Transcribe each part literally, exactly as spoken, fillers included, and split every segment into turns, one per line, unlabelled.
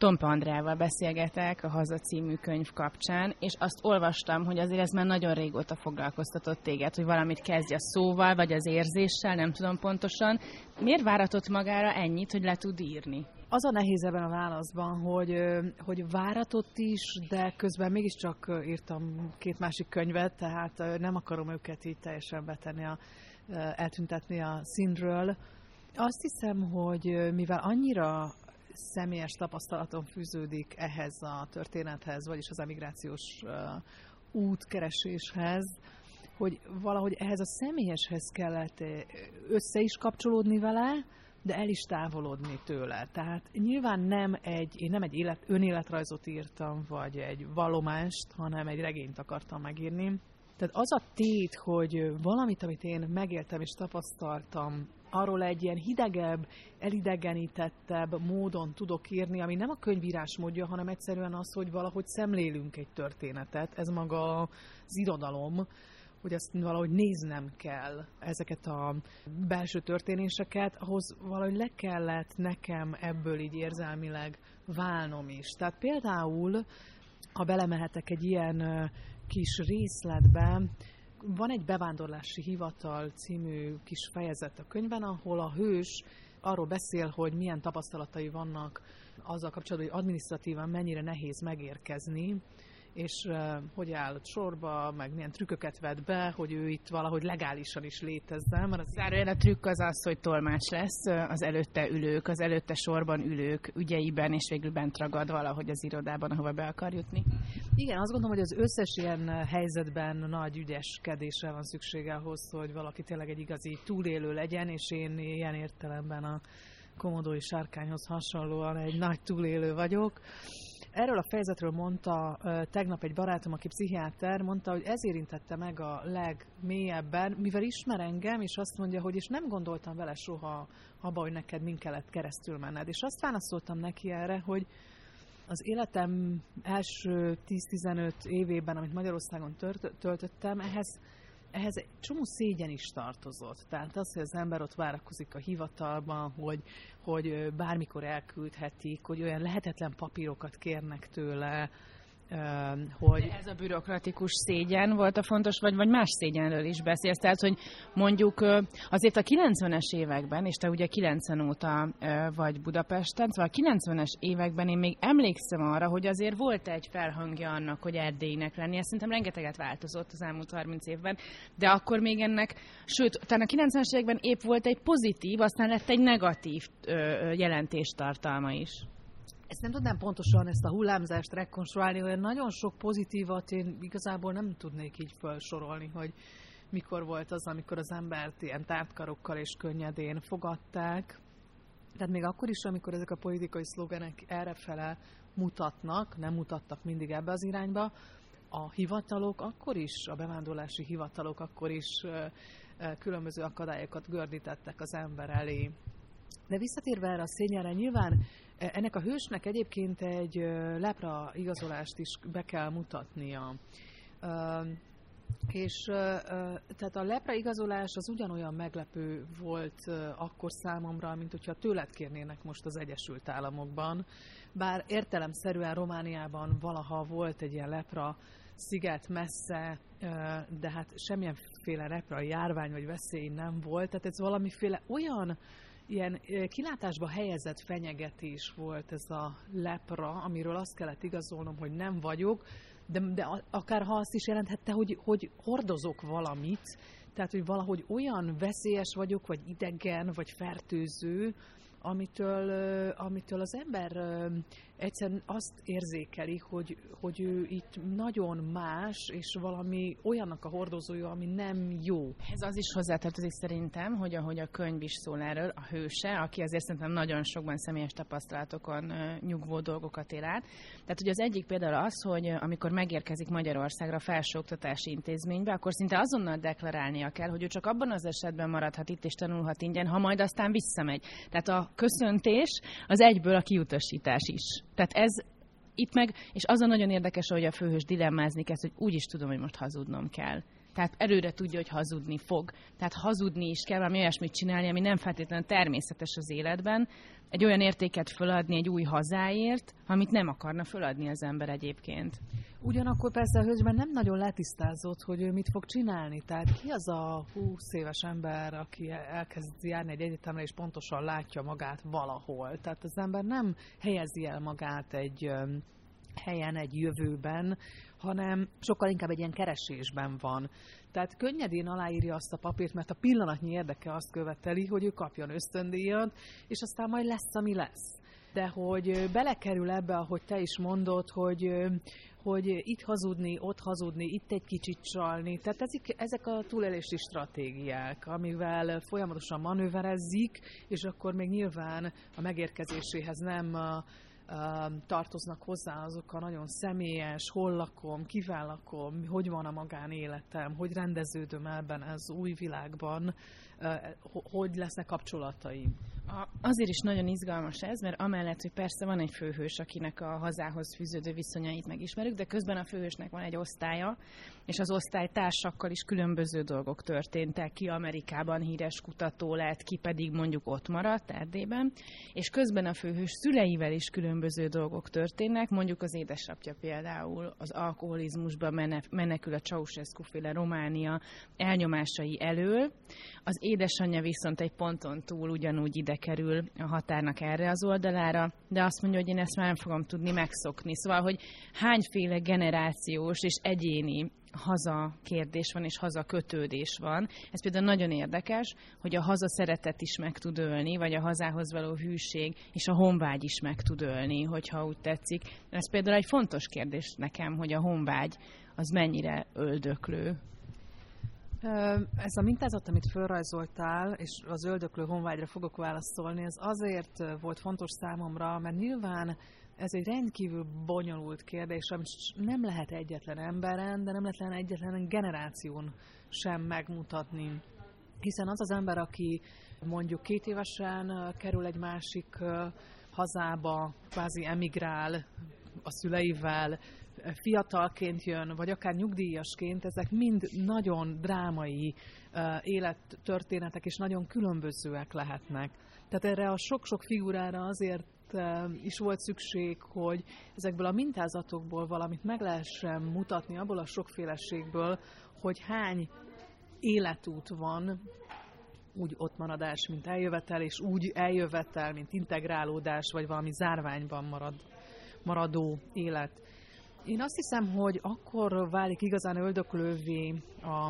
Tompa Andreával beszélgetek a Haza című könyv kapcsán, és azt olvastam, hogy azért ez már nagyon régóta foglalkoztatott téged, hogy valamit kezdj a szóval, vagy az érzéssel, nem tudom pontosan. Miért váratott magára ennyit, hogy le tud írni?
Az a nehéz ebben a válaszban, hogy, hogy váratott is, de közben mégiscsak írtam két másik könyvet, tehát nem akarom őket így teljesen betenni, a, eltüntetni a színről. Azt hiszem, hogy mivel annyira személyes tapasztalatom fűződik ehhez a történethez, vagyis az emigrációs útkereséshez, hogy valahogy ehhez a személyeshez kellett össze is kapcsolódni vele, de el is távolodni tőle. Tehát nyilván nem egy, én nem egy élet, önéletrajzot írtam, vagy egy vallomást, hanem egy regényt akartam megírni. Tehát az a tét, hogy valamit, amit én megéltem és tapasztaltam, arról egy ilyen hidegebb, elidegenítettebb módon tudok írni, ami nem a könyvírás módja, hanem egyszerűen az, hogy valahogy szemlélünk egy történetet. Ez maga az irodalom, hogy azt valahogy néznem kell, ezeket a belső történéseket, ahhoz valahogy le kellett nekem ebből így érzelmileg válnom is. Tehát például, ha belemehetek egy ilyen kis részletbe, van egy bevándorlási hivatal című kis fejezet a könyvben, ahol a hős arról beszél, hogy milyen tapasztalatai vannak azzal kapcsolatban, hogy adminisztratívan mennyire nehéz megérkezni, és uh, hogy áll sorba, meg milyen trükköket vett be, hogy ő itt valahogy legálisan is létezzen. Mert az
zárójel a trükk az az, hogy tolmács lesz az előtte ülők, az előtte sorban ülők ügyeiben, és végül bent ragad valahogy az irodában, ahova be akar jutni.
Igen, azt gondolom, hogy az összes ilyen helyzetben nagy ügyeskedésre van szüksége ahhoz, hogy valaki tényleg egy igazi túlélő legyen, és én ilyen értelemben a komodói sárkányhoz hasonlóan egy nagy túlélő vagyok. Erről a fejezetről mondta tegnap egy barátom, aki pszichiáter, mondta, hogy ez érintette meg a legmélyebben, mivel ismer engem, és azt mondja, hogy és nem gondoltam vele soha abba, hogy neked min kellett keresztül menned. És azt válaszoltam neki erre, hogy az életem első tíz-tizenöt évében, amit Magyarországon tört, töltöttem, ehhez, ehhez egy csomó szégyen is tartozott. Tehát az, hogy az ember ott várakozik a hivatalban, hogy, hogy bármikor elküldhetik, hogy olyan lehetetlen papírokat kérnek tőle, hogy...
De ez a bürokratikus szégyen volt a fontos, vagy, vagy más szégyenről is beszélsz? Tehát, hogy mondjuk azért a kilencvenes években, és te ugye kilencven óta vagy Budapesten, szóval a kilencvenes években én még emlékszem arra, hogy azért volt egy felhangja annak, hogy erdélyinek lenni. Ez szerintem rengeteget változott az elmúlt harminc évben, de akkor még ennek, sőt, talán a kilencvenes években épp volt egy pozitív, aztán lett egy negatív jelentéstartalma is.
Ezt nem tudnám pontosan, ezt a hullámzást rekonstruálni, olyan nagyon sok pozitívat én igazából nem tudnék így felsorolni, hogy mikor volt az, amikor az embert ilyen tártkarokkal és könnyedén fogadták. Tehát még akkor is, amikor ezek a politikai szlogenek errefele mutatnak, nem mutattak mindig ebbe az irányba, a hivatalok akkor is, a bevándorlási hivatalok akkor is különböző akadályokat gördítettek az ember elé. De visszatérve erre a szégyenre, nyilván ennek a hősnek egyébként egy lepra igazolást is be kell mutatnia. És tehát a lepra igazolás az ugyanolyan meglepő volt akkor számomra, mint hogyha tőled kérnének most az Egyesült Államokban. Bár értelemszerűen Romániában valaha volt egy ilyen lepra sziget messze, de hát semmilyenféle lepra járvány vagy veszély nem volt. Tehát ez valamiféle olyan ilyen kilátásba helyezett fenyegetés volt ez a lepra, amiről azt kellett igazolnom, hogy nem vagyok, de, de akár ha azt is jelenthette, hogy, hogy hordozok valamit, tehát hogy valahogy olyan veszélyes vagyok, vagy idegen, vagy fertőző, amitől, amitől az ember egyszerűen azt érzékeli, hogy, hogy ő itt nagyon más, és valami olyannak a hordozója, ami nem jó.
Ez az is hozzátartozik szerintem, hogy ahogy a könyv is szól erről, a hőse, aki azért szerintem nagyon sokban személyes tapasztalatokon nyugvó dolgokat él át. Tehát, hogy az egyik például az, hogy amikor megérkezik Magyarországra felsőoktatási intézménybe, akkor szinte azonnal deklarálnia kell, hogy ő csak abban az esetben maradhat itt és tanulhat ingyen, ha majd aztán visszamegy. Tehát a köszöntés az egyből a kiutasítás is. Tehát ez itt meg, és azon nagyon érdekes, hogy a főhős dilemmázni kezd, hogy úgy is tudom, hogy most hazudnom kell. Tehát előre tudja, hogy hazudni fog. Tehát hazudni is kell, valami olyasmit csinálni, ami nem feltétlenül természetes az életben. Egy olyan értéket föladni egy új hazáért, amit nem akarna föladni az ember egyébként.
Ugyanakkor persze a hölgyben nem nagyon letisztázott, hogy ő mit fog csinálni. Tehát ki az a húsz éves ember, aki elkezd járni egy egyetemre, és pontosan látja magát valahol. Tehát az ember nem helyezi el magát egy helyen, egy jövőben, hanem sokkal inkább egy ilyen keresésben van. Tehát könnyedén aláírja azt a papírt, mert a pillanatnyi érdeke azt követeli, hogy ő kapjon ösztöndíjat, és aztán majd lesz, ami lesz. De hogy belekerül ebbe, ahogy te is mondod, hogy, hogy itt hazudni, ott hazudni, itt egy kicsit csalni. Tehát ezek, ezek a túlélési stratégiák, amivel folyamatosan manőverezzik, és akkor még nyilván a megérkezéséhez nem tartoznak hozzá azok a nagyon személyes, hol lakom, kivel lakom, hogy van a magánéletem, hogy rendeződöm ebben az új világban, hogy lesznek kapcsolataim.
A, azért is nagyon izgalmas ez, mert amellett, hogy persze van egy főhős, akinek a hazához fűződő viszonyait megismerjük, de közben a főhősnek van egy osztálya, és az osztálytársakkal is különböző dolgok történtek. Ki Amerikában híres kutató lett, ki pedig mondjuk ott maradt Erdélyben, és közben a főhős szüleivel is különböző dolgok történnek, mondjuk az édesapja például az alkoholizmusban menekül a Ceausescu-féle Románia elnyomásai elől, az édesanyja viszont egy ponton túl ugyanúgy ide kerül a határnak erre az oldalára, de azt mondja, hogy én ezt már nem fogom tudni megszokni. Szóval, hogy hányféle generációs és egyéni haza kérdés van, és haza kötődés van. Ez például nagyon érdekes, hogy a haza szeretet is meg tud ölni, vagy a hazához való hűség, és a honvágy is meg tud ölni, hogyha úgy tetszik. Ez például egy fontos kérdés nekem, hogy a honvágy az mennyire öldöklő.
Ez a mintázat, amit felrajzoltál, és az öldöklő honvágyra fogok válaszolni, ez azért volt fontos számomra, mert nyilván ez egy rendkívül bonyolult kérdés, amit nem lehet egyetlen emberen, de nem lehet egyetlen generáción sem megmutatni. Hiszen az az ember, aki mondjuk két évesen kerül egy másik hazába, kvázi emigrál a szüleivel, fiatalként jön, vagy akár nyugdíjasként, ezek mind nagyon drámai uh, élettörténetek, és nagyon különbözőek lehetnek. Tehát erre a sok-sok figurára azért uh, is volt szükség, hogy ezekből a mintázatokból valamit meg lehessen mutatni, abból a sokféleségből, hogy hány életút van, úgy ottmaradás, mint eljövetel, és úgy eljövetel, mint integrálódás, vagy valami zárványban marad, maradó élet. Én azt hiszem, hogy akkor válik igazán öldöklővé a,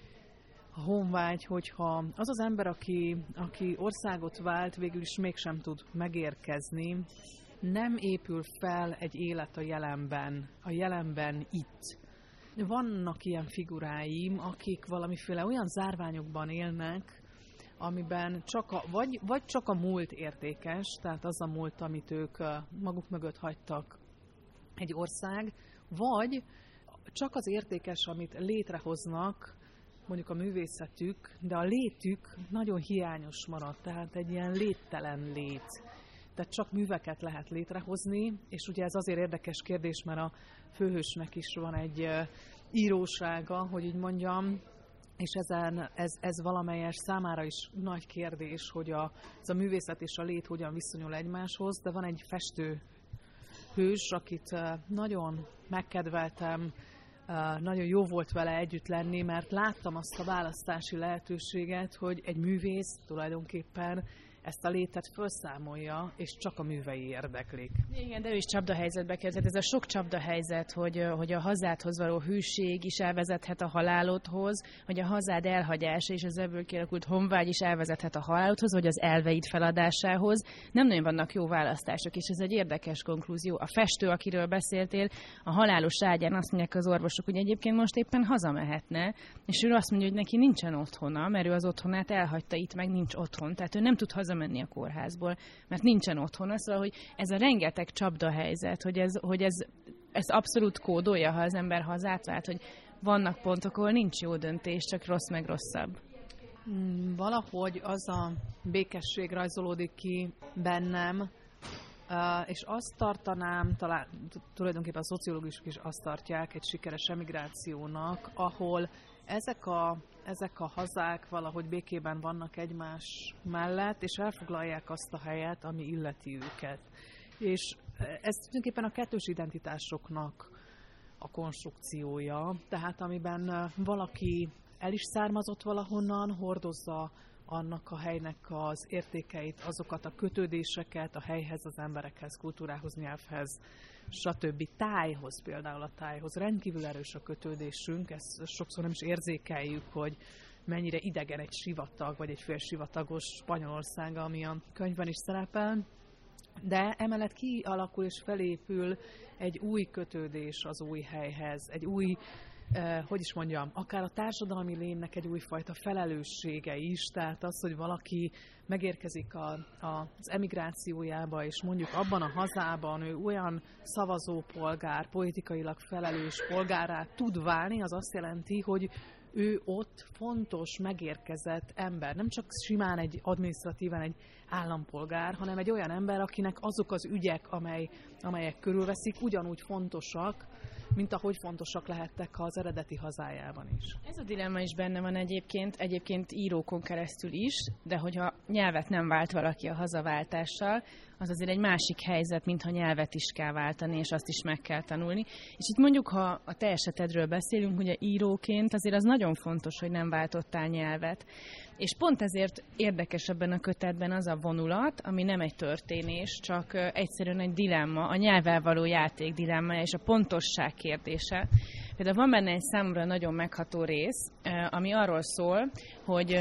a honvágy, hogyha az az ember, aki, aki országot vált, végül is mégsem tud megérkezni, nem épül fel egy élet a jelenben, a jelenben itt. Vannak ilyen figuráim, akik valamiféle olyan zárványokban élnek, amiben csak a, vagy, vagy csak a múlt értékes, tehát az a múlt, amit ők maguk mögött hagytak, egy ország, vagy csak az értékes, amit létrehoznak, mondjuk a művészetük, de a létük nagyon hiányos marad, tehát egy ilyen léttelen lét. Tehát csak műveket lehet létrehozni, és ugye ez azért érdekes kérdés, mert a főhősnek is van egy írósága, hogy így mondjam, és ezen, ez, ez valamelyes számára is nagy kérdés, hogy a, ez a művészet és a lét hogyan viszonyul egymáshoz, de van egy festő hős, akit nagyon megkedveltem, nagyon jó volt vele együtt lenni, mert láttam azt a választási lehetőséget, hogy egy művész tulajdonképpen ezt a létet felszámolja, és csak a művei érdeklik.
Igen, de ő is csapdahelyzetbe került. Ez a sok csapdahelyzet, hogy, hogy a hazádhoz való hűség is elvezethet a halálodhoz, hogy a hazád elhagyása és az ebből kialakult honvágy is elvezethet a halálodhoz, vagy az elveid feladásához. Nem nagyon vannak jó választások, és ez egy érdekes konklúzió. A festő, akiről beszéltél, a halálos ágyán azt mondják az orvosok, hogy egyébként most éppen hazamehetne, és ő azt mondja, hogy neki nincsen otthona, mert ő az otthonát elhagyta, itt meg nincs otthon, tehát ő nem tud hazamenni a kórházból, mert nincsen otthona, szóval, hogy ez a rengeteg csapdahelyzet, hogy ez, hogy ez, ez abszolút kódolja, ha az ember hazát vált, hogy vannak pontok, ahol nincs jó döntés, csak rossz meg rosszabb.
Valahogy az a békesség rajzolódik ki bennem, és azt tartanám, talán tulajdonképpen a szociológusok is azt tartják egy sikeres emigrációnak, ahol ezek a, ezek a hazák valahogy békében vannak egymás mellett, és elfoglalják azt a helyet, ami illeti őket. És ez tulajdonképpen a kettős identitásoknak a konstrukciója, tehát amiben valaki el is származott valahonnan, hordozza annak a helynek az értékeit, azokat a kötődéseket a helyhez, az emberekhez, kultúrához, nyelvhez, stb. Tájhoz, például a tájhoz. Rendkívül erős a kötődésünk, ezt sokszor nem is érzékeljük, hogy mennyire idegen egy sivatag, vagy egy félsivatagos Spanyolország, ami a könyvben is szerepel. De emellett kialakul és felépül egy új kötődés az új helyhez, egy új, eh, hogy is mondjam, akár a társadalmi lénynek egy újfajta felelőssége is, tehát az, hogy valaki megérkezik a, a, az emigrációjába, és mondjuk abban a hazában ő olyan szavazópolgár, politikailag felelős polgárrá tud válni, az azt jelenti, hogy ő ott fontos, megérkezett ember. Nem csak simán egy adminisztratíven egy állampolgár, hanem egy olyan ember, akinek azok az ügyek, amely, amelyek körülveszik, ugyanúgy fontosak, mint ahogy fontosak lehettek az eredeti hazájában is.
Ez a dilemma is benne van egyébként, egyébként írókon keresztül is, de hogyha nyelvet nem vált valaki a hazaváltással, az azért egy másik helyzet, mintha nyelvet is kell váltani, és azt is meg kell tanulni. És itt mondjuk, ha a te esetedről beszélünk, ugye íróként, azért az nagyon fontos, hogy nem váltottál nyelvet. És pont ezért érdekes ebben a kötetben az a vonulat, ami nem egy történés, csak egyszerűen egy dilemma, a nyelvvel való játék dilemmája és a pontosság kérdése. Például van benne egy számomra nagyon megható rész, ami arról szól, hogy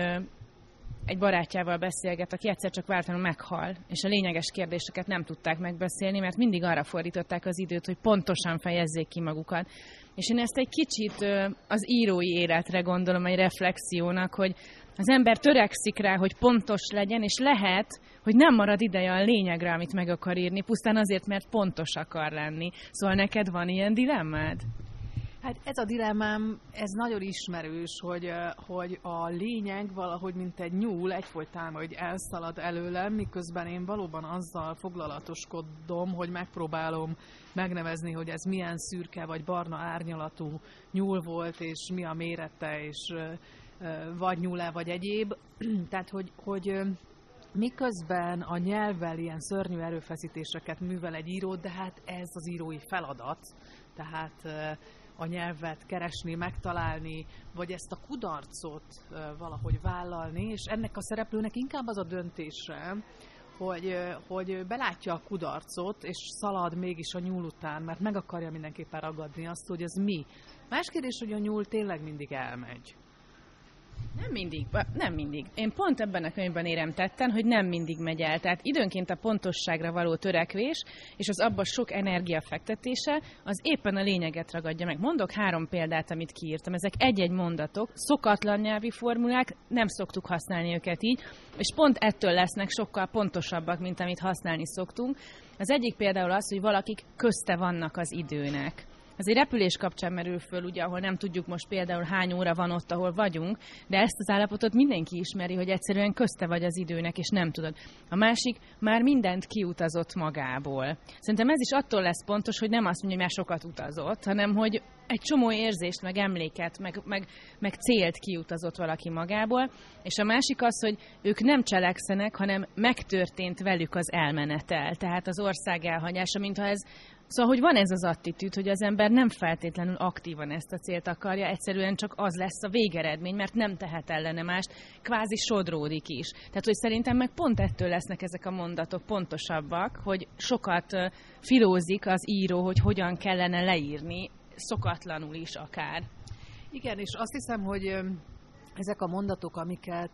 egy barátjával beszélget, aki egyszer csak váratlanul meghal, és a lényeges kérdéseket nem tudták megbeszélni, mert mindig arra fordították az időt, hogy pontosan fejezzék ki magukat. És én ezt egy kicsit az írói életre gondolom, egy reflexiónak, hogy az ember törekszik rá, hogy pontos legyen, és lehet, hogy nem marad ideje a lényegre, amit meg akar írni, pusztán azért, mert pontos akar lenni. Szóval neked van ilyen dilemmád?
Hát ez a dilemmám, ez nagyon ismerős, hogy, hogy a lényeg valahogy, mint egy nyúl, egyfolytán, hogy elszalad előlem, miközben én valóban azzal foglalatoskodom, hogy megpróbálom megnevezni, hogy ez milyen szürke vagy barna árnyalatú nyúl volt, és mi a mérete, és vagy nyúl-e, vagy egyéb. Tehát, hogy, hogy miközben a nyelvvel ilyen szörnyű erőfeszítéseket művel egy író, de hát ez az írói feladat, tehát a nyelvet keresni, megtalálni, vagy ezt a kudarcot valahogy vállalni, és ennek a szereplőnek inkább az a döntése, hogy, hogy belátja a kudarcot, és szalad mégis a nyúl után, mert meg akarja mindenképpen ragadni azt, hogy ez mi. Más kérdés, hogy a nyúl tényleg mindig elmegy.
Nem mindig, nem mindig. Én pont ebben a könyvben érem tetten, hogy nem mindig megy el. Tehát időnként a pontosságra való törekvés, és az abban sok energia fektetése, az éppen a lényeget ragadja meg. Mondok három példát, amit kiírtam. Ezek egy-egy mondatok, szokatlan nyelvi formulák, nem szoktuk használni őket így, és pont ettől lesznek sokkal pontosabbak, mint amit használni szoktunk. Az egyik például az, hogy valakik közte vannak az időnek. Ez egy repülés kapcsán merül föl, ugye, ahol nem tudjuk most például hány óra van ott, ahol vagyunk, de ezt az állapotot mindenki ismeri, hogy egyszerűen közte vagy az időnek, és nem tudod. A másik már mindent kiutazott magából. Szerintem ez is attól lesz pontos, hogy nem azt mondja, hogy már sokat utazott, hanem hogy egy csomó érzést, meg emléket, meg, meg, meg célt kiutazott valaki magából, és a másik az, hogy ők nem cselekszenek, hanem megtörtént velük az elmenetel, tehát az ország elhagyása, mintha ez. Szóval, hogy van ez az attitűd, hogy az ember nem feltétlenül aktívan ezt a célt akarja, egyszerűen csak az lesz a végeredmény, mert nem tehet ellene mást, kvázi sodródik is. Tehát, hogy szerintem meg pont ettől lesznek ezek a mondatok pontosabbak, hogy sokat filózik az író, hogy hogyan kellene leírni, szokatlanul is akár.
Igen, és azt hiszem, hogy ezek a mondatok, amiket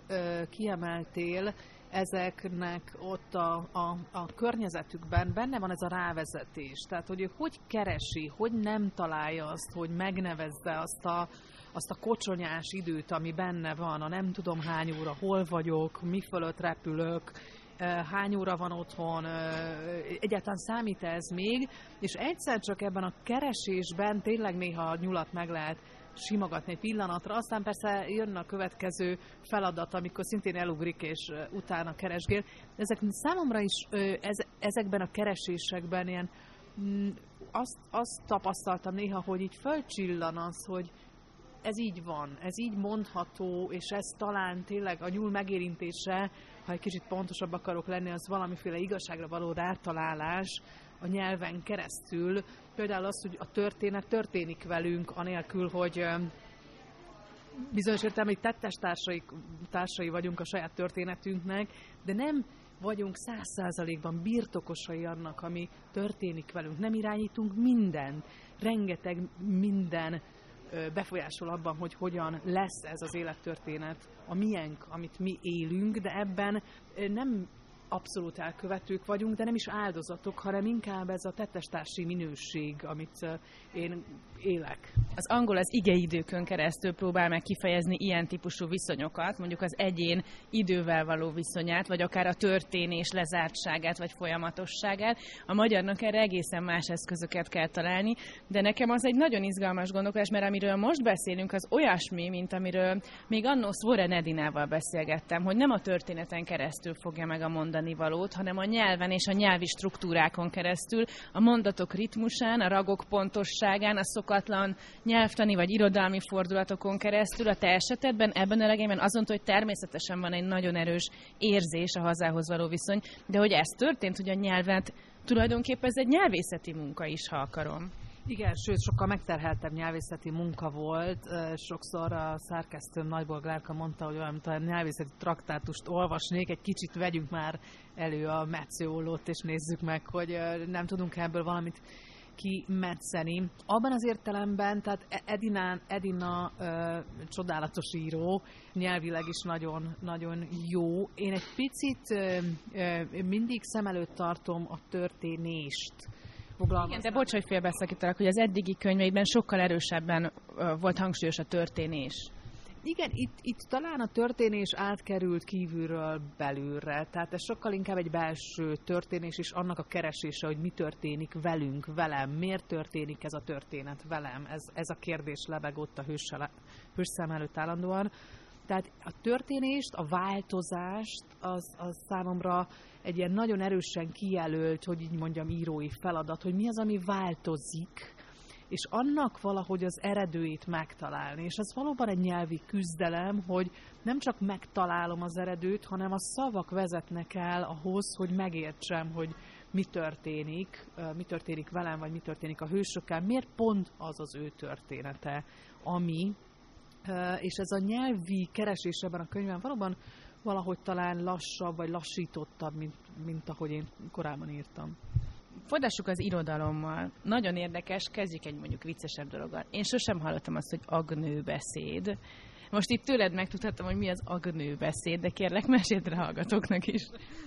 kiemeltél, ezeknek ott a, a, a környezetükben benne van ez a rávezetés. Tehát, hogy ő hogy keresi, hogy nem találja azt, hogy megnevezze azt a, azt a kocsonyás időt, ami benne van, a nem tudom hány óra, hol vagyok, mi fölött repülök, hány óra van otthon, egyáltalán számít ez még, és egyszer csak ebben a keresésben tényleg néha a nyulat meg lehet simogatni egy pillanatra, aztán persze jön a következő feladat, amikor szintén elugrik és utána keresgél. Ezek számomra is ez, ezekben a keresésekben ilyen, azt, azt tapasztaltam néha, hogy így fölcsillan az, hogy ez így van, ez így mondható, és ez talán tényleg a nyúl megérintése, ha egy kicsit pontosabb akarok lenni, az valamiféle igazságra való rátalálás a nyelven keresztül. Például az, hogy a történet történik velünk, anélkül, hogy bizonyos értelemben tettes társai, társai vagyunk a saját történetünknek, de nem vagyunk száz százalékban birtokosai annak, ami történik velünk. Nem irányítunk mindent. Rengeteg minden befolyásol abban, hogy hogyan lesz ez az élettörténet, a miénk, amit mi élünk, de ebben nem abszolút elkövetők vagyunk, de nem is áldozatok, hanem inkább ez a tettestársi minőség, amit én élek.
Az angol az igeidőkön keresztül próbál meg kifejezni ilyen típusú viszonyokat, mondjuk az egyén idővel való viszonyát, vagy akár a történés lezártságát, vagy folyamatosságát. A magyarnak erre egészen más eszközöket kell találni, de nekem az egy nagyon izgalmas gondolkodás, mert amiről most beszélünk, az olyasmi, mint amiről még annó Svoren Edinával beszélgettem, hogy nem a történeten keresztül fogja meg a mondani valót, hanem a nyelven és a nyelvi struktúrákon keresztül, a mondatok ritmusán, a ragok pontosságán, a szokatlan nyelvtani vagy irodalmi fordulatokon keresztül. A te esetedben, ebben a regényben azon, hogy természetesen van egy nagyon erős érzés a hazához való viszony, de hogy ez történt, hogy a nyelvet tulajdonképpen ez egy nyelvészeti munka is, ha akarom.
Igen, sőt, sokkal megterheltebb nyelvészeti munka volt. Sokszor a szerkesztőm Nagyból Glárka mondta, hogy olyan, mint a nyelvészeti traktátust olvasnék, egy kicsit vegyünk már elő a Metszőollót, és nézzük meg, hogy nem tudunk ebből valamit kimetszeni. Abban az értelemben, tehát Edina, Edina ö, csodálatos író, nyelvileg is nagyon, nagyon jó. Én egy picit ö, ö, mindig szem előtt tartom a történést.
Igen, de bocs, hogy félbeszakítalak, hogy az eddigi könyveidben sokkal erősebben ö, volt hangsúlyos a történés.
Igen, itt, itt talán a történés átkerült kívülről belülre, tehát ez sokkal inkább egy belső történés, és annak a keresése, hogy mi történik velünk, velem, miért történik ez a történet velem, ez, ez a kérdés lebeg ott a hősszem előtt állandóan. Tehát a történést, a változást, az, az számomra egy ilyen nagyon erősen kijelölt, hogy így mondjam, írói feladat, hogy mi az, ami változik, és annak valahogy az eredőjét megtalálni. És ez valóban egy nyelvi küzdelem, hogy nem csak megtalálom az eredőt, hanem a szavak vezetnek el ahhoz, hogy megértsem, hogy mi történik, mi történik velem, vagy mi történik a hősökkel, miért pont az az ő története, ami, és ez a nyelvi keresés ebben a könyvben valóban valahogy talán lassabb, vagy lassítottabb, mint, mint ahogy én korábban írtam.
Folytassuk az irodalommal. Nagyon érdekes, kezdjük egy mondjuk viccesebb dologgal. Én sosem hallottam azt, hogy agnőbeszéd. Most itt tőled megtudhattam, hogy mi az agnőbeszéd, de kérlek, meséld rá hallgatóknak is.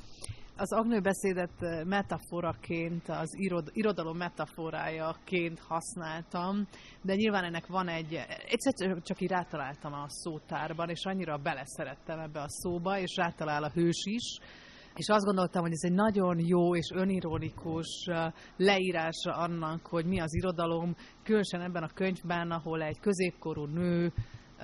Az agnőbeszédet metaforaként, az irod, irodalom metaforájaként használtam, de nyilván ennek van egy, egyszer csak így rátaláltam a szótárban, és annyira beleszerettem ebbe a szóba, és rátalál a hős is, és azt gondoltam, hogy ez egy nagyon jó és önironikus leírása annak, hogy mi az irodalom, különösen ebben a könyvben, ahol egy középkorú nő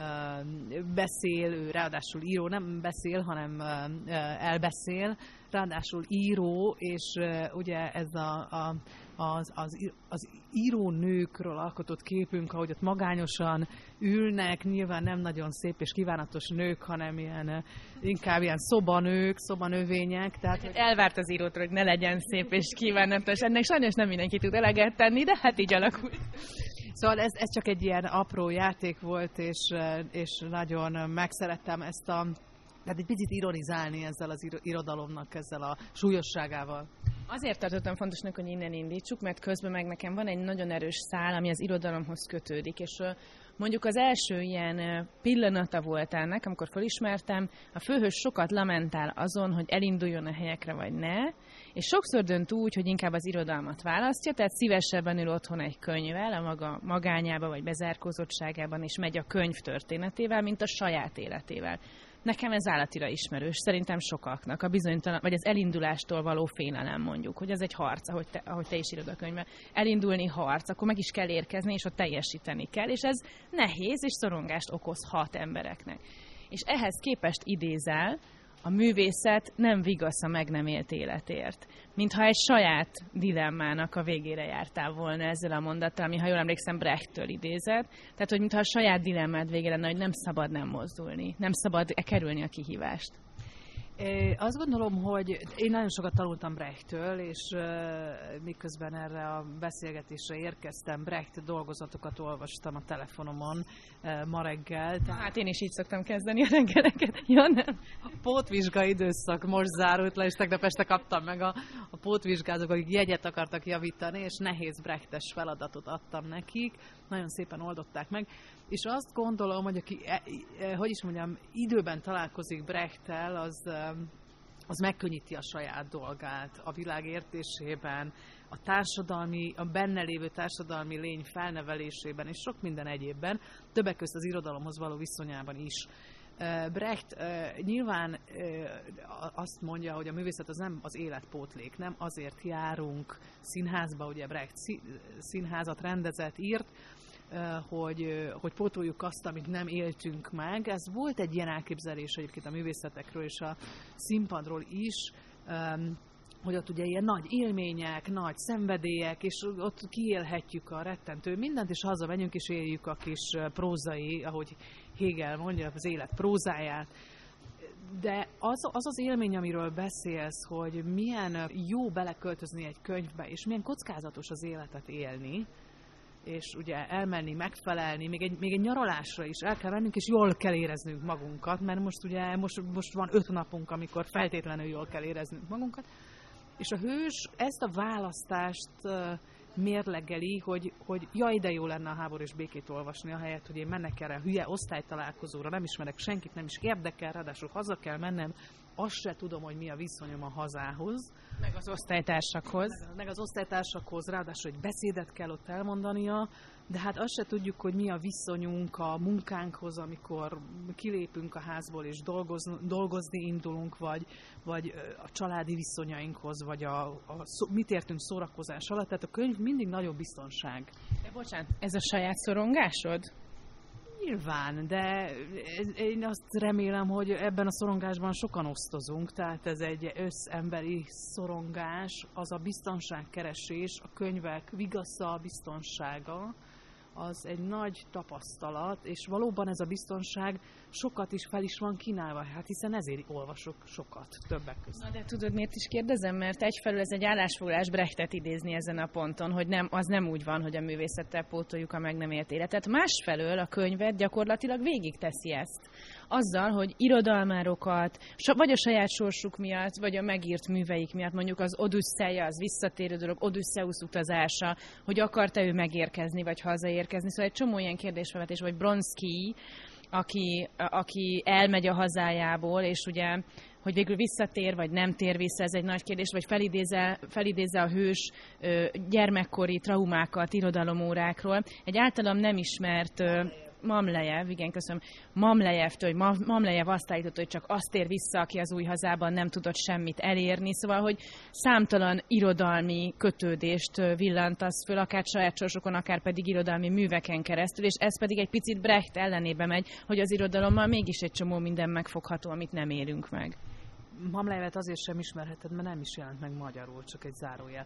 beszél, ő ráadásul író, nem beszél, hanem elbeszél, ráadásul író, és ugye ez a, a, az, az, az írónőkről alkotott képünk, ahogy ott magányosan ülnek, nyilván nem nagyon szép és kívánatos nők, hanem ilyen, inkább ilyen szobanők, szobanövények. Tehát,
hogy elvárt az írótól, hogy ne legyen szép és kívánatos. Ennek sajnos nem mindenki tud eleget tenni, de hát így alakult.
Szóval ez, ez csak egy ilyen apró játék volt, és, és nagyon megszerettem ezt a, tehát egy picit ironizálni ezzel az irodalomnak, ezzel a súlyosságával.
Azért tartottam fontosnak, hogy innen indítsuk, mert közben meg nekem van egy nagyon erős szál, ami az irodalomhoz kötődik, és mondjuk az első ilyen pillanata volt ennek, amikor felismertem, a főhős sokat lamentál azon, hogy elinduljon a helyekre vagy ne, és sokszor dönt úgy, hogy inkább az irodalmat választja, tehát szívesebben ül otthon egy könyvvel, a maga magányába vagy bezárkózottságában, és megy a könyv történetével, mint a saját életével. Nekem ez állatira ismerős, szerintem sokaknak, a bizonytalan, vagy az elindulástól való félelem mondjuk, hogy ez egy harc, ahogy te, ahogy te is írod a könyvben. Elindulni harc, akkor meg is kell érkezni, és ott teljesíteni kell, és ez nehéz és szorongást okozhat embereknek. És ehhez képest idézel a művészet nem vigasz a meg nem élt életért. Mintha egy saját dilemmának a végére jártál volna ezzel a mondattal, ami, ha jól emlékszem, Brechttől idézett. Tehát, hogy mintha a saját dilemmád végére lenne, hogy nem szabad nem mozdulni, nem szabad kerülni a kihívást.
É, azt gondolom, hogy én nagyon sokat tanultam Brechttől, és uh, miközben erre a beszélgetésre érkeztem, Brecht dolgozatokat olvastam a telefonomon uh, ma reggel.
Tehát... Hát én is így szoktam kezdeni a reggeleket. Ja, nem.
A pótvizsga időszak most zárult le, és tegnap este kaptam meg a, a pótvizsgázók, akik jegyet akartak javítani, és nehéz Brechtes feladatot adtam nekik. Nagyon szépen oldották meg. És azt gondolom, hogy aki, hogy is mondjam, időben találkozik Brechttel, az, az megkönnyíti a saját dolgát a világ értésében, a társadalmi, a benne lévő társadalmi lény felnevelésében, és sok minden egyébben, többek között az irodalomhoz való viszonyában is. Brecht nyilván azt mondja, hogy a művészet az nem az életpótlék, nem azért járunk színházba, ugye Brecht színházat rendezett, írt, hogy, hogy pótoljuk azt, amit nem éltünk meg. Ez volt egy ilyen elképzelés egyébként a művészetekről és a színpadról is, hogy ott ugye ilyen nagy élmények, nagy szenvedélyek, és ott kiélhetjük a rettentő mindent, és hazamegyünk és éljük a kis prózai, ahogy Hegel mondja, az élet prózáját. De az, az az élmény, amiről beszélsz, hogy milyen jó beleköltözni egy könyvbe, és milyen kockázatos az életet élni, és ugye elmenni, megfelelni, még egy, még egy nyaralásra is el kell mennünk, és jól kell éreznünk magunkat, mert most ugye most, most van öt napunk, amikor feltétlenül jól kell éreznünk magunkat, és a hős ezt a választást uh, mérlegeli, hogy, hogy jaj, de jó lenne a Háború és békét olvasni, ahelyett, hogy én mennek erre a hülye osztálytalálkozóra, nem ismerek senkit, nem is érdekel, ráadásul haza kell mennem, azt se tudom, hogy mi a viszonyom a hazához.
Meg az osztálytársakhoz.
Meg, meg az osztálytársakhoz, ráadásul egy beszédet kell ott elmondania, de hát azt se tudjuk, hogy mi a viszonyunk a munkánkhoz, amikor kilépünk a házból és dolgozni, dolgozni indulunk, vagy, vagy a családi viszonyainkhoz, vagy a, a, mit értünk szórakozás alatt. Tehát a könyv mindig nagyobb biztonság.
De bocsánat, ez a saját szorongásod?
Nyilván, de én azt remélem, hogy ebben a szorongásban sokan osztozunk, tehát ez egy összemberi szorongás, az a biztonságkeresés, a könyvek vigasza, biztonsága, az egy nagy tapasztalat, és valóban ez a biztonság sokat is fel is van kínálva, hát hiszen ezért olvasok sokat, többek között.
Na de tudod, miért is kérdezem? Mert egyfelől ez egy állásfoglalás Brechtet idézni ezen a ponton, hogy nem, az nem úgy van, hogy a művészettel pótoljuk a meg nem élt életet. Másfelől a könyvet gyakorlatilag végig teszi ezt. Azzal, hogy irodalmárokat, vagy a saját sorsuk miatt, vagy a megírt műveik miatt, mondjuk az Odüsszeja, az visszatérő dolog, Odüsszeusz utazása, hogy akart-e ő megérkezni, vagy hazaérkezni. Szóval egy csomó ilyen kérdésfelvetés, vagy Bronszky, aki, aki elmegy a hazájából, és ugye, hogy végül visszatér, vagy nem tér vissza, ez egy nagy kérdés, vagy felidézze, felidézze a hős ö, gyermekkori traumákat irodalomórákról. Egy általam nem ismert... Ö, Mamlejev, igen, köszönöm, Mamlejevtől, hogy Mamlejev azt állította, hogy csak azt tér vissza, aki az új hazában nem tudott semmit elérni, szóval, hogy számtalan irodalmi kötődést villantasz föl, akár saját sorsokon, akár pedig irodalmi műveken keresztül, és ez pedig egy picit Brecht ellenébe megy, hogy az irodalommal mégis egy csomó minden megfogható, amit nem élünk meg.
Mamlejevet azért sem ismerheted, mert nem is jelent meg magyarul, csak egy zárójel.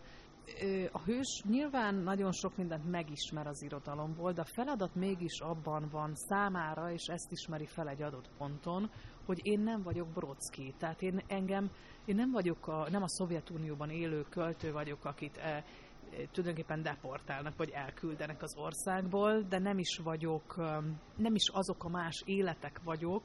A hős nyilván nagyon sok mindent megismer az irodalomból, de a feladat mégis abban van számára, és ezt ismeri fel egy adott ponton, hogy én nem vagyok Brodsky. Tehát én engem, én nem vagyok a, nem a Szovjetunióban élő költő vagyok, akit e, tulajdonképpen deportálnak, vagy elküldenek az országból, de nem is vagyok, nem is azok a más életek vagyok,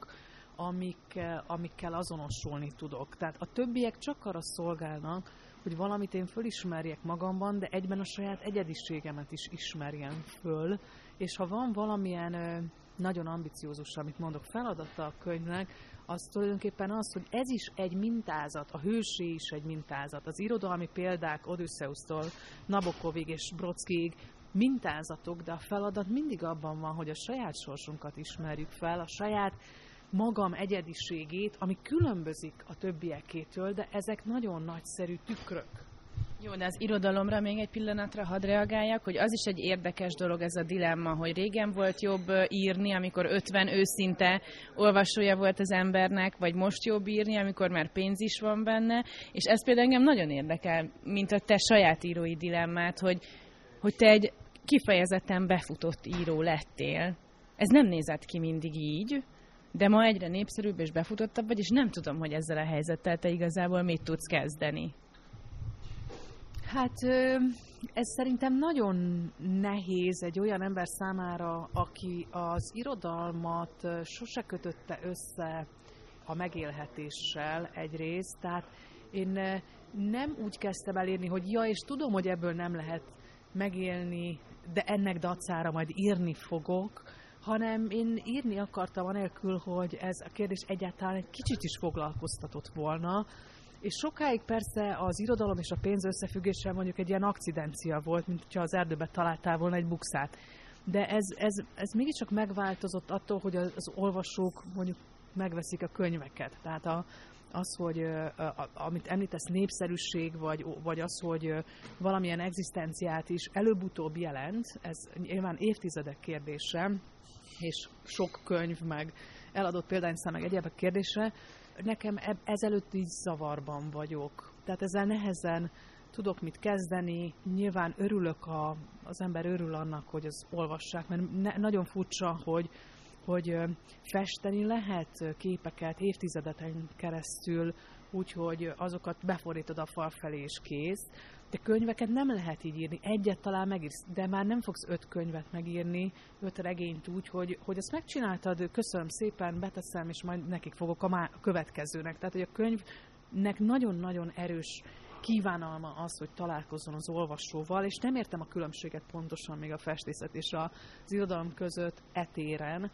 amik, amikkel azonosulni tudok. Tehát a többiek csak arra szolgálnak, hogy valamit én fölismerjek magamban, de egyben a saját egyediségemet is ismerjem föl, és ha van valamilyen ö, nagyon ambiciózus, amit mondok, feladata a könyvnek, az tulajdonképpen az, hogy ez is egy mintázat, a hősé is egy mintázat. Az irodalmi példák Odüsszeusztól Nabokovig és Brodskyig mintázatok, de a feladat mindig abban van, hogy a saját sorsunkat ismerjük fel, a saját magam egyediségét, ami különbözik a többiekétől, de ezek nagyon nagyszerű tükrök.
Jó, de az irodalomra még egy pillanatra hadd reagáljak, hogy az is egy érdekes dolog ez a dilemma, hogy régen volt jobb írni, amikor ötven őszinte olvasója volt az embernek, vagy most jobb írni, amikor már pénz is van benne, és ez például engem nagyon érdekel, mint a te saját írói dilemmát, hogy, hogy te egy kifejezetten befutott író lettél. Ez nem nézett ki mindig így, de ma egyre népszerűbb és befutottabb vagy, és nem tudom, hogy ezzel a helyzettel te igazából mit tudsz kezdeni.
Hát ez szerintem nagyon nehéz egy olyan ember számára, aki az irodalmat sose kötötte össze a megélhetéssel egyrészt. Tehát én nem úgy kezdtem elérni, hogy ja, és tudom, hogy ebből nem lehet megélni, de ennek dacára majd írni fogok, hanem én írni akartam anélkül, hogy ez a kérdés egyáltalán egy kicsit is foglalkoztatott volna. És sokáig persze az irodalom és a pénz összefüggéssel mondjuk egy ilyen akcidencia volt, mint hogyha az erdőben találtál volna egy bukszát. De ez, ez, ez mégiscsak megváltozott attól, hogy az, az olvasók mondjuk megveszik a könyveket. Tehát a, az, hogy a, amit említesz, népszerűség, vagy, vagy az, hogy valamilyen egzisztenciát is előbb-utóbb jelent, ez nyilván évtizedek kérdése, és sok könyv, meg eladott példányszám, meg egyébek kérdése. Nekem ezelőtt így zavarban vagyok. Tehát ezzel nehezen tudok mit kezdeni. Nyilván örülök, a, az ember örül annak, hogy az olvassák, mert ne, nagyon furcsa, hogy, hogy festeni lehet képeket évtizedeken keresztül, úgyhogy azokat befordítod a fal felé és kész. De könyveket nem lehet így írni. Egyet talán megírsz, de már nem fogsz öt könyvet megírni, öt regényt úgy, hogy, hogy azt megcsináltad, köszönöm szépen, beteszem, és majd nekik fogok a, má- a következőnek. Tehát, hogy a könyvnek nagyon-nagyon erős kívánalma az, hogy találkozzon az olvasóval, és nem értem a különbséget pontosan még a festészet és az irodalom között etéren.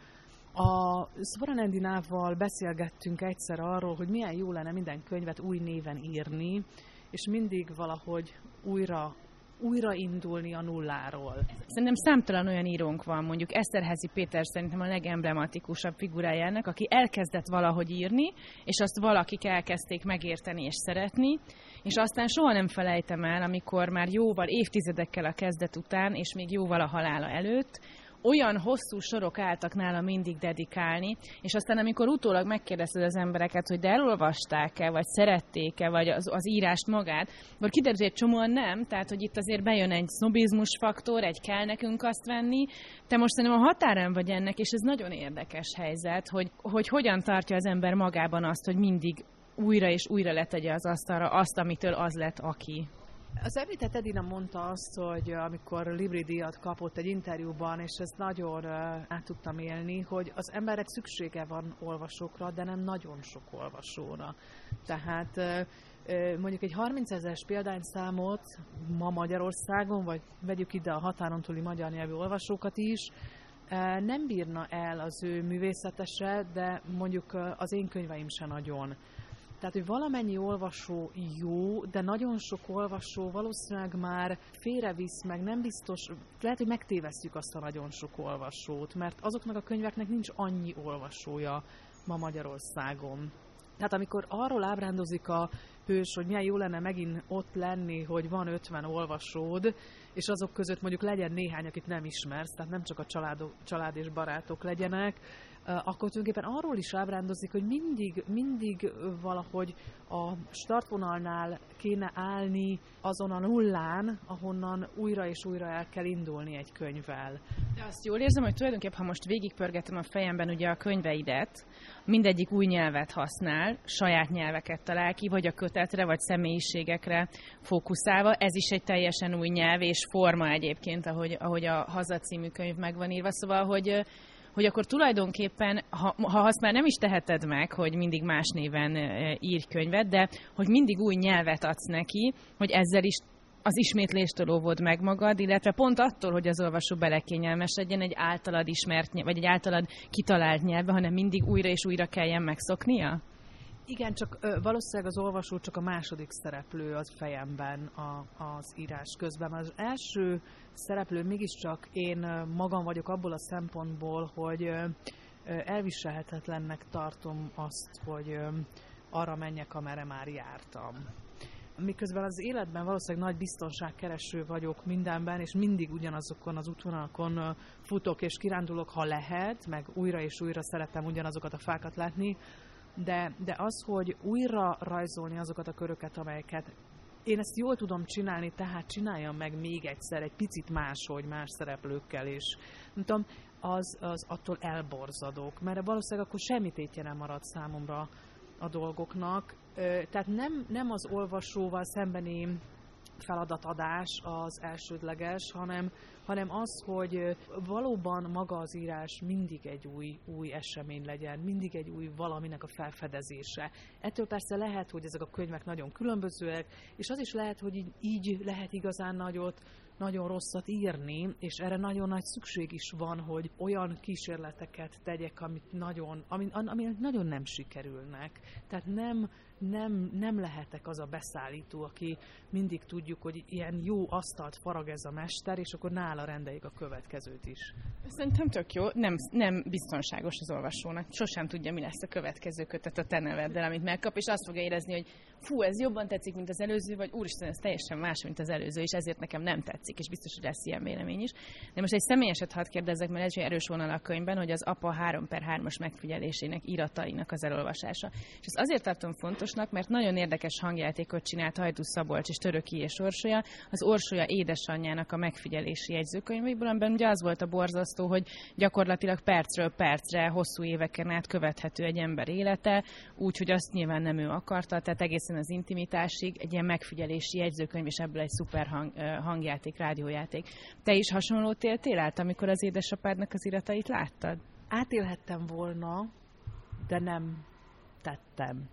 A Zvoran Endinával beszélgettünk egyszer arról, hogy milyen jó lenne minden könyvet új néven írni, és mindig valahogy újra, újra indulni a nulláról.
Szerintem számtalan olyan írónk van, mondjuk Eszterházy Péter szerintem a legemblematikusabb figurájának, aki elkezdett valahogy írni, és azt valakik elkezdték megérteni és szeretni, és aztán soha nem felejtem el, amikor már jóval, évtizedekkel a kezdet után, és még jóval a halála előtt, olyan hosszú sorok álltak nála mindig dedikálni, és aztán amikor utólag megkérdezted az embereket, hogy de elolvasták-e, vagy szerették-e, vagy az, az írást magát, akkor kiderült, hogy egy csomóan nem, tehát hogy itt azért bejön egy sznobizmus faktor, egy kell nekünk azt venni. Te most szerintem a határán vagy ennek, és ez nagyon érdekes helyzet, hogy, hogy hogyan tartja az ember magában azt, hogy mindig újra és újra letegye az asztalra azt, amitől az lett aki.
Az említett Edina mondta azt, hogy amikor Libri díjat kapott egy interjúban, és ezt nagyon át tudtam élni, hogy az emberek szüksége van olvasókra, de nem nagyon sok olvasóra. Tehát mondjuk egy harmincezres példányszámot ma Magyarországon, vagy vegyük ide a határon túli magyar nyelvű olvasókat is, nem bírna el az ő művészetese, de mondjuk az én könyveim se nagyon. Tehát, hogy valamennyi olvasó jó, de nagyon sok olvasó valószínűleg már félrevisz, meg nem biztos, lehet, hogy megtévesztjük azt a nagyon sok olvasót, mert azoknak a könyveknek nincs annyi olvasója ma Magyarországon. Tehát amikor arról ábrándozik a hős, hogy milyen jó lenne megint ott lenni, hogy van ötven olvasód, és azok között mondjuk legyen néhány, akit nem ismersz, tehát nem csak a családok, család és barátok legyenek, akkor tulajdonképpen arról is ábrándozik, hogy mindig, mindig valahogy a startvonalnál kéne állni azon a nullán, ahonnan újra és újra el kell indulni egy könyvvel.
De azt jól érzem, hogy tulajdonképpen, ha most végigpörgetem a fejemben ugye a könyveidet, mindegyik új nyelvet használ, saját nyelveket talál ki, vagy a kötetre, vagy személyiségekre fókuszálva. Ez is egy teljesen új nyelv és forma egyébként, ahogy, ahogy a Haza című könyv meg van írva. Szóval, hogy hogy akkor tulajdonképpen, ha, ha azt már nem is teheted meg, hogy mindig más néven írj könyvet, de hogy mindig új nyelvet adsz neki, hogy ezzel is az ismétléstől óvod meg magad, illetve pont attól, hogy az olvasó belekényelmesedjen egy általad ismert, vagy egy általad kitalált nyelvbe, hanem mindig újra és újra kelljen megszoknia?
Igen, csak ö, valószínűleg az olvasó csak a második szereplő az fejemben a, az írás közben. Az első szereplő mégiscsak én magam vagyok abból a szempontból, hogy ö, elviselhetetlennek tartom azt, hogy ö, arra menjek, amerre már jártam. miközben az életben valószínűleg nagy biztonságkereső vagyok mindenben, és mindig ugyanazokon az útvonalakon futok és kirándulok, ha lehet, meg újra és újra szeretem ugyanazokat a fákat látni, de, de az, hogy újra rajzolni azokat a köröket, amelyeket én ezt jól tudom csinálni, tehát csináljam meg még egyszer, egy picit máshogy, más szereplőkkel is. Nem tudom, az, az attól elborzadok, mert valószínűleg akkor semmi tétje nem marad számomra a dolgoknak. Tehát nem, nem az olvasóval szembeni feladatadás az elsődleges, hanem, hanem az, hogy valóban maga az írás mindig egy új, új esemény legyen, mindig egy új valaminek a felfedezése. Ettől persze lehet, hogy ezek a könyvek nagyon különbözőek, és az is lehet, hogy így, így lehet igazán nagyot, nagyon rosszat írni, és erre nagyon nagy szükség is van, hogy olyan kísérleteket tegyek, amit nagyon, ami, ami nagyon nem sikerülnek. Tehát nem, nem, nem lehetek az a beszállító, aki mindig tudjuk, hogy ilyen jó asztalt farag ez a mester, és akkor nála rendeljük a következőt is.
Szerintem tök jó, nem, nem biztonságos az olvasónak. Sosem tudja, mi lesz a következő kötet a te neveddel, amit megkap, és azt fogja érezni, hogy fú, ez jobban tetszik, mint az előző, vagy úristen, ez teljesen más, mint az előző, és ezért nekem nem tetszik, és biztos, hogy lesz ilyen vélemény is. De most egy személyeset hadd kérdezzek, mert ez egy erős vonal a könyvben, hogy az apa három per hármas megfigyelésének, iratainak az elolvasása. És ezt azért tartom fontosnak, mert nagyon érdekes hangjátékot csinált Hajdú Szabolcs és Töröki és Orsolya, az Orsolya édesanyjának a megfigyelési jegyzőkönyvéből, amiben ugye az volt a borzasztó, hogy gyakorlatilag percről percre, hosszú éveken át követhető egy ember élete, úgyhogy azt nyilván nem ő akarta, tehát egészen az intimitásig egy ilyen megfigyelési jegyzőkönyv, és ebből egy szuper hang, hangjáték, rádiójáték. Te is hasonlót éltél át, amikor az édesapádnak az iratait láttad?
Átélhettem volna, de nem tettem.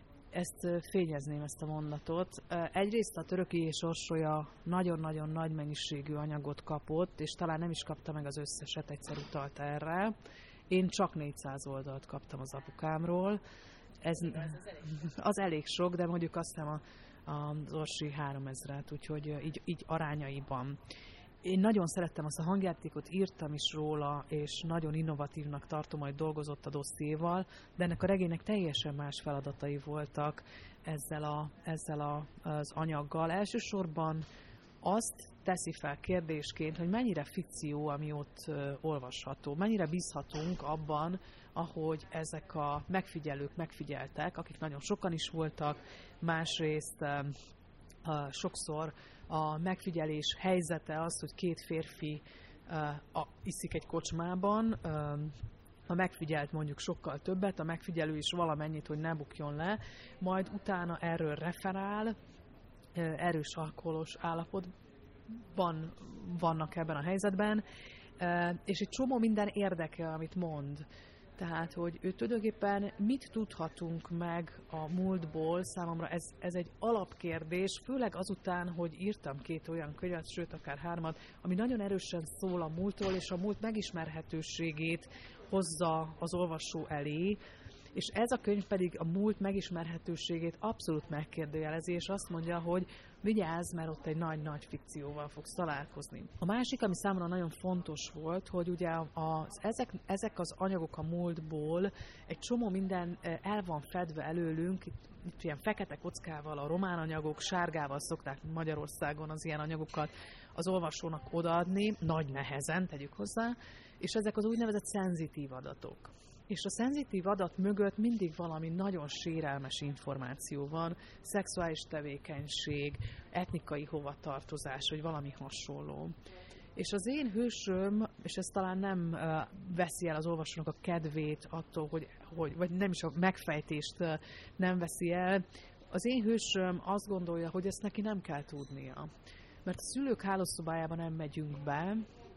Ezt fényezném, ezt a mondatot. Egyrészt a Töröki és Orsolya nagyon-nagyon nagy mennyiségű anyagot kapott, és talán nem is kapta meg az összeset, egyszer utalt erre. Én csak négyszáz oldalt kaptam az apukámról. Ez az elég, az elég sok, de mondjuk aztán a, az Orsi háromezret, úgyhogy így, így arányaiban. Én nagyon szerettem azt a hangjátékot, írtam is róla, és nagyon innovatívnak tartom, hogy dolgozott a dossziéval, de ennek a regénynek teljesen más feladatai voltak ezzel, a, ezzel a, az anyaggal. Elsősorban azt teszi fel kérdésként, hogy mennyire fikció, ami ott olvasható, mennyire bízhatunk abban, ahogy ezek a megfigyelők megfigyeltek, akik nagyon sokan is voltak, másrészt sokszor a megfigyelés helyzete az, hogy két férfi uh, a, iszik egy kocsmában, uh, a megfigyelt mondjuk sokkal többet, a megfigyelő is valamennyit, hogy ne bukjon le, majd utána erről referál, uh, erős alkoholos állapotban vannak ebben a helyzetben, uh, és egy csomó minden érdekel, amit mond. Tehát, hogy ő tulajdonképpen mit tudhatunk meg a múltból, számomra ez, ez egy alapkérdés, főleg azután, hogy írtam két olyan könyvet, sőt akár hármat, ami nagyon erősen szól a múltról, és a múlt megismerhetőségét hozza az olvasó elé, és ez a könyv pedig a múlt megismerhetőségét abszolút megkérdőjelezi, és azt mondja, hogy vigyázz, mert ott egy nagy-nagy fikcióval fogsz találkozni. A másik, ami számomra nagyon fontos volt, hogy ugye az, ezek, ezek az anyagok a múltból egy csomó minden el van fedve előlünk, itt, itt ilyen fekete kockával a román anyagok, sárgával szokták Magyarországon az ilyen anyagokat az olvasónak odaadni, nagy nehezen, tegyük hozzá, és ezek az úgynevezett szenzitív adatok. És a szenzitív adat mögött mindig valami nagyon sérelmes információ van, szexuális tevékenység, etnikai hovatartozás, vagy valami hasonló. És az én hősöm, és ez talán nem uh, veszi el az olvasónak a kedvét attól, hogy, hogy, vagy nem is a megfejtést uh, nem veszi el, az én hősöm azt gondolja, hogy ezt neki nem kell tudnia. Mert a szülők hálószobájába nem megyünk be,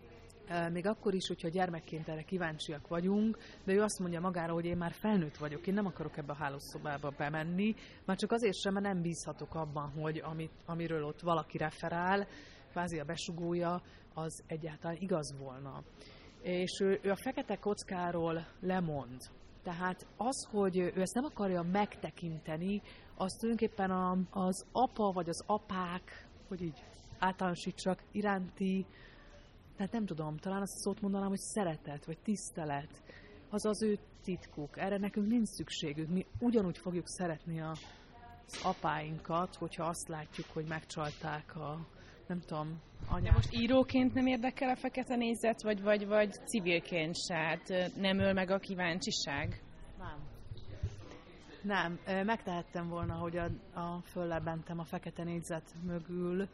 még akkor is, hogyha gyermekként erre kíváncsiak vagyunk, de ő azt mondja magára, hogy én már felnőtt vagyok, én nem akarok ebbe a hálószobába bemenni, már csak azért sem, mert nem bízhatok abban, hogy amit, amiről ott valaki referál, kvázi a besugója, az egyáltalán igaz volna. És ő, ő a fekete kockáról lemond. Tehát az, hogy ő ezt nem akarja megtekinteni, az tulajdonképpen a, az apa vagy az apák, hogy így általánosítsak, iránti, tehát nem tudom, talán azt a szót mondanám, hogy szeretet, vagy tisztelet, az az ő titkuk. Erre nekünk nincs szükségünk. Mi ugyanúgy fogjuk szeretni a, az apáinkat, hogyha azt látjuk, hogy megcsalták a, nem tudom, anyát.
De most íróként nem érdekel a fekete nézet, vagy, vagy, vagy civilként se? Hát nem öl meg a kíváncsiság?
Nem. Nem. Megtehettem volna, hogy a, a föllebentem a fekete négyzet mögül,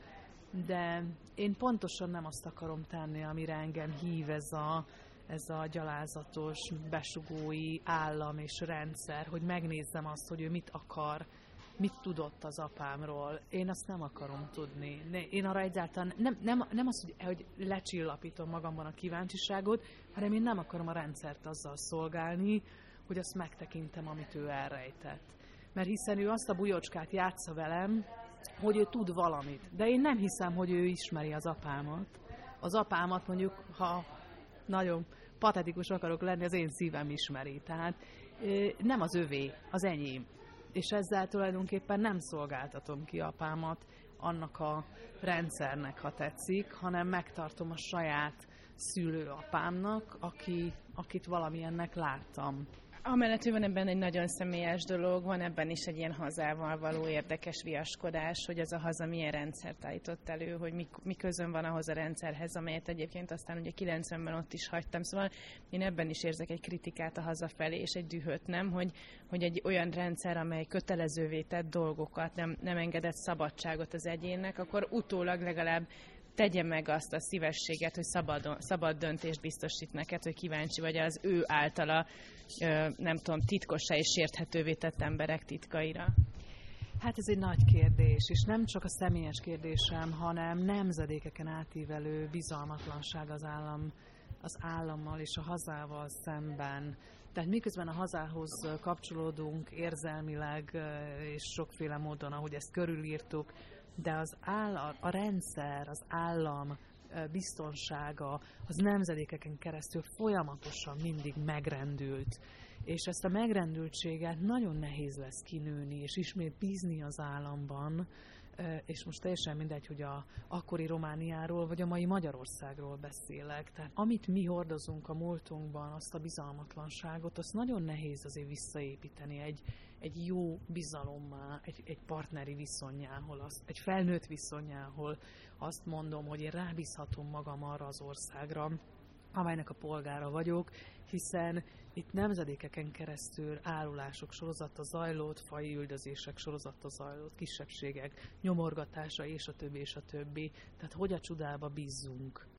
de én pontosan nem azt akarom tenni, amire engem hív ez a, ez a gyalázatos, besugói állam és rendszer, hogy megnézzem azt, hogy ő mit akar, mit tudott az apámról. Én azt nem akarom tudni. Én arra egyáltalán nem, nem, nem az, hogy, hogy lecsillapítom magamban a kíváncsiságot, hanem én nem akarom a rendszert azzal szolgálni, hogy azt megtekintem, amit ő elrejtett. Mert hiszen ő azt a bujocskát játsza velem, hogy ő tud valamit. De én nem hiszem, hogy ő ismeri az apámat. Az apámat mondjuk, ha nagyon patetikus akarok lenni, az én szívem ismeri. Tehát nem az övé, az enyém. És ezzel tulajdonképpen nem szolgáltatom ki apámat annak a rendszernek, ha tetszik, hanem megtartom a saját szülőapámnak, aki, akit valamilyennek láttam.
Amellett, hogy van ebben egy nagyon személyes dolog, van ebben is egy ilyen hazával való érdekes viaskodás, hogy az a haza milyen rendszert állított elő, hogy mi, mi közön van ahhoz a rendszerhez, amelyet egyébként aztán ugye kilencvenben ott is hagytam. Szóval én ebben is érzek egy kritikát a haza felé, és egy dühöt, nem, hogy, hogy egy olyan rendszer, amely kötelezővé tett dolgokat, nem, nem engedett szabadságot az egyénnek, akkor utólag legalább tegye meg azt a szívességet, hogy szabad, szabad döntést biztosít neked, hogy kíváncsi vagy az ő általa, nem tudom, titkossá és sérthetővé tett emberek titkaira.
Hát ez egy nagy kérdés, és nem csak a személyes kérdésem, hanem nemzedékeken átívelő bizalmatlanság az állam, az állammal és a hazával szemben. Tehát miközben a hazához kapcsolódunk érzelmileg és sokféle módon, ahogy ezt körülírtuk, de az áll, a rendszer, az állam biztonsága az nemzedékeken keresztül folyamatosan mindig megrendült. És ezt a megrendültséget nagyon nehéz lesz kinőni, és ismét bízni az államban, és most teljesen mindegy, hogy a akkori Romániáról, vagy a mai Magyarországról beszélek. Tehát amit mi hordozunk a múltunkban, azt a bizalmatlanságot, azt nagyon nehéz azért visszaépíteni egy, egy jó bizalommá, egy, egy partneri viszonyáhol, azt, egy felnőtt viszonyáhol azt mondom, hogy én rábízhatom magam arra az országra, amelynek a polgára vagyok, hiszen itt nemzedékeken keresztül árulások sorozata zajlott, faji üldözések sorozata zajlott, kisebbségek nyomorgatása, és a többi, és a többi. Tehát hogy a csodába bízzunk?